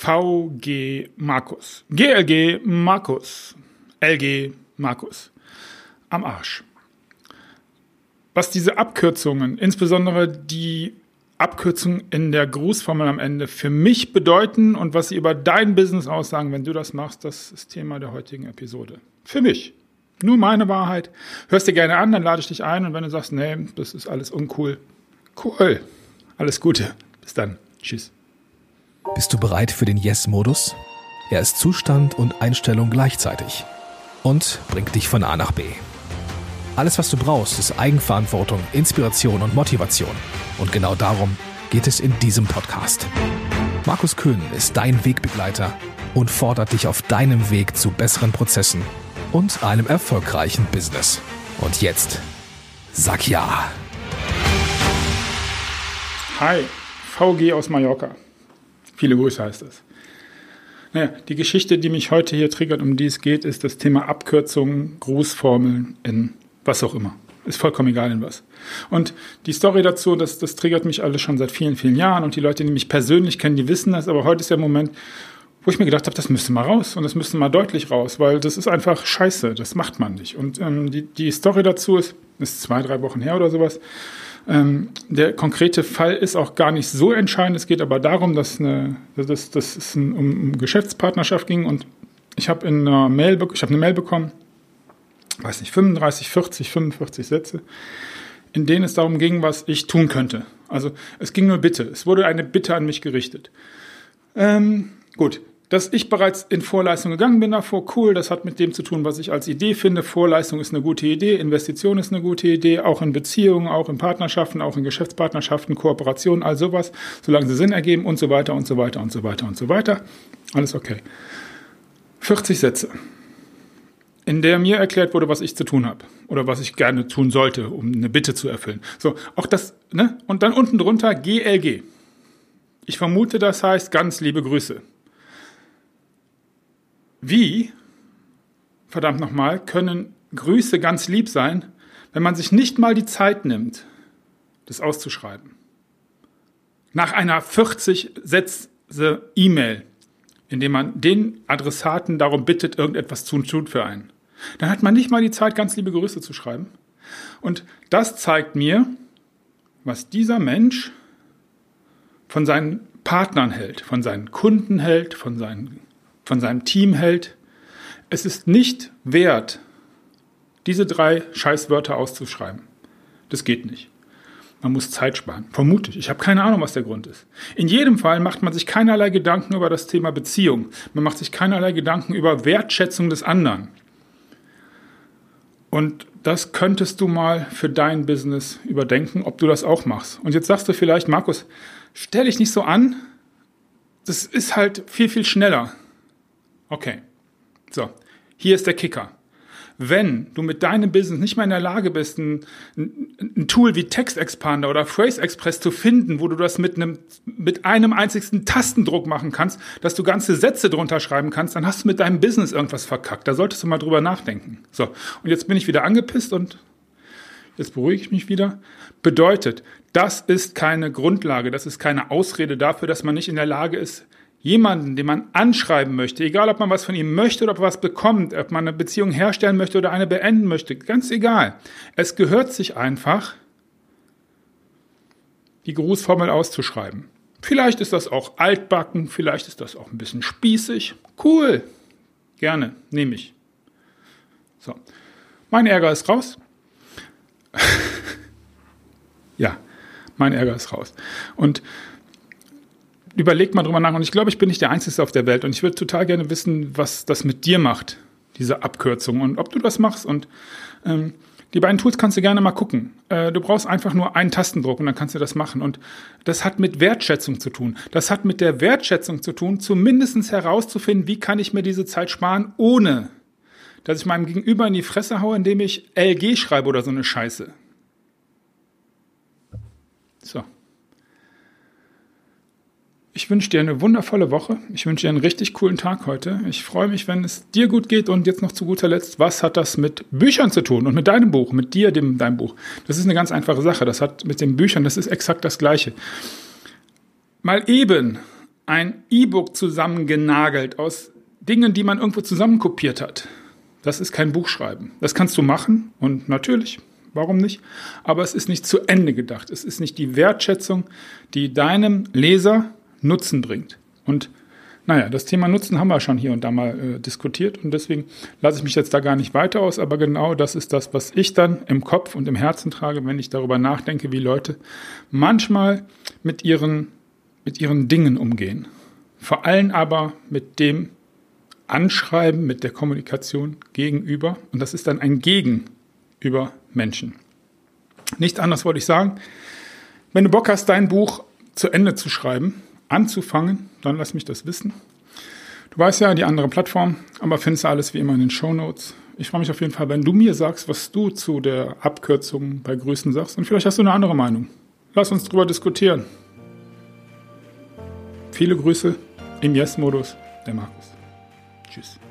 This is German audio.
VG Markus. GLG Markus. LG Markus. Am Arsch. Was diese Abkürzungen, insbesondere die Abkürzungen in der Grußformel am Ende für mich bedeuten und was sie über dein Business aussagen, wenn du das machst, das ist Thema der heutigen Episode. Für mich. Nur meine Wahrheit. Hörst dir gerne an, dann lade ich dich ein und wenn du sagst, nee, das ist alles uncool, cool. Alles Gute. Bis dann. Tschüss. Bist du bereit für den Yes-Modus? Er ist Zustand und Einstellung gleichzeitig und bringt dich von A nach B. Alles, was du brauchst, ist Eigenverantwortung, Inspiration und Motivation. Und genau darum geht es in diesem Podcast. Markus Köhn ist dein Wegbegleiter und fordert dich auf deinem Weg zu besseren Prozessen und einem erfolgreichen Business. Und jetzt, sag ja. Hi, VG aus Mallorca. Viele Grüße heißt es. Naja, die Geschichte, die mich heute hier triggert, um die es geht, ist das Thema Abkürzungen, Grußformeln in was auch immer. Ist vollkommen egal in was. Und die Story dazu, das triggert mich alles schon seit vielen, vielen Jahren. Und die Leute, die mich persönlich kennen, die wissen das. Aber heute ist der Moment, wo ich mir gedacht habe, das müsste mal raus. Und das müsste mal deutlich raus, weil das ist einfach scheiße. Das macht man nicht. Und die Story dazu ist 2-3 Wochen her oder sowas. Der konkrete Fall ist auch gar nicht so entscheidend. Es geht aber darum, dass es um Geschäftspartnerschaft ging. Und ich habe eine Mail bekommen, weiß nicht, 35, 40, 45 Sätze, in denen es darum ging, was ich tun könnte. Also es ging nur Bitte. Es wurde eine Bitte an mich gerichtet. Gut, dass ich bereits in Vorleistung gegangen bin davor, cool, das hat mit dem zu tun, was ich als Idee finde. Vorleistung ist eine gute Idee, Investition ist eine gute Idee, auch in Beziehungen, auch in Partnerschaften, auch in Geschäftspartnerschaften, Kooperationen, all sowas, solange sie Sinn ergeben und so weiter und so weiter und so weiter und so weiter. Alles okay. 40 Sätze, in der mir erklärt wurde, was ich zu tun habe oder was ich gerne tun sollte, um eine Bitte zu erfüllen. So, auch das, ne? Und dann unten drunter GLG. Ich vermute, das heißt ganz liebe Grüße. Wie, verdammt nochmal, können Grüße ganz lieb sein, wenn man sich nicht mal die Zeit nimmt, das auszuschreiben? Nach einer 40 Sätze E-Mail, in dem man den Adressaten darum bittet, irgendetwas zu tun für einen. Dann hat man nicht mal die Zeit, ganz liebe Grüße zu schreiben. Und das zeigt mir, was dieser Mensch von seinen Partnern hält, von seinen Kunden hält, von seinem Team hält. Es ist nicht wert, diese 3 Scheißwörter auszuschreiben. Das geht nicht. Man muss Zeit sparen. Vermute ich. Ich habe keine Ahnung, was der Grund ist. In jedem Fall macht man sich keinerlei Gedanken über das Thema Beziehung. Man macht sich keinerlei Gedanken über Wertschätzung des anderen. Und das könntest du mal für dein Business überdenken, ob du das auch machst. Und jetzt sagst du vielleicht, Markus, stell dich nicht so an. Das ist halt viel, viel schneller. Okay, so, hier ist der Kicker. Wenn du mit deinem Business nicht mehr in der Lage bist, ein Tool wie TextExpander oder PhraseExpress zu finden, wo du das mit einem einzigen Tastendruck machen kannst, dass du ganze Sätze drunter schreiben kannst, dann hast du mit deinem Business irgendwas verkackt. Da solltest du mal drüber nachdenken. So, und jetzt bin ich wieder angepisst und jetzt beruhige ich mich wieder. Bedeutet, das ist keine Grundlage, das ist keine Ausrede dafür, dass man nicht in der Lage ist, jemanden, den man anschreiben möchte, egal ob man was von ihm möchte oder ob er was bekommt, ob man eine Beziehung herstellen möchte oder eine beenden möchte, ganz egal. Es gehört sich einfach, die Grußformel auszuschreiben. Vielleicht ist das auch altbacken, vielleicht ist das auch ein bisschen spießig. Cool, gerne, nehme ich. So, mein Ärger ist raus. Ja, mein Ärger ist raus. Und überleg mal drüber nach. Und ich glaube, ich bin nicht der Einzige auf der Welt. Und ich würde total gerne wissen, was das mit dir macht, diese Abkürzung. Und ob du das machst. Und die beiden Tools kannst du gerne mal gucken. Du brauchst einfach nur einen Tastendruck und dann kannst du das machen. Und das hat mit Wertschätzung zu tun. Das hat mit der Wertschätzung zu tun, zumindest herauszufinden, wie kann ich mir diese Zeit sparen, ohne dass ich meinem Gegenüber in die Fresse haue, indem ich LG schreibe oder so eine Scheiße. So. Ich wünsche dir eine wundervolle Woche. Ich wünsche dir einen richtig coolen Tag heute. Ich freue mich, wenn es dir gut geht. Und jetzt noch zu guter Letzt, was hat das mit Büchern zu tun und mit deinem Buch, mit dir, deinem Buch? Das ist eine ganz einfache Sache. Das hat mit den Büchern, das ist exakt das Gleiche. Mal eben ein E-Book zusammengenagelt aus Dingen, die man irgendwo zusammenkopiert hat. Das ist kein Buchschreiben. Das kannst du machen und natürlich, warum nicht? Aber es ist nicht zu Ende gedacht. Es ist nicht die Wertschätzung, die deinem Leser Nutzen bringt. Und das Thema Nutzen haben wir schon hier und da mal diskutiert und deswegen lasse ich mich jetzt da gar nicht weiter aus, aber genau das ist das, was ich dann im Kopf und im Herzen trage, wenn ich darüber nachdenke, wie Leute manchmal mit ihren Dingen umgehen. Vor allem aber mit dem Anschreiben, mit der Kommunikation gegenüber und das ist dann ein Gegenüber Menschen. Nichts anderes wollte ich sagen. Wenn du Bock hast, dein Buch zu Ende zu schreiben, anzufangen, dann lass mich das wissen. Du weißt ja, die andere Plattform, aber findest du alles wie immer in den Shownotes. Ich freue mich auf jeden Fall, wenn du mir sagst, was du zu der Abkürzung bei Grüßen sagst und vielleicht hast du eine andere Meinung. Lass uns drüber diskutieren. Viele Grüße im Yes-Modus, der Markus. Tschüss.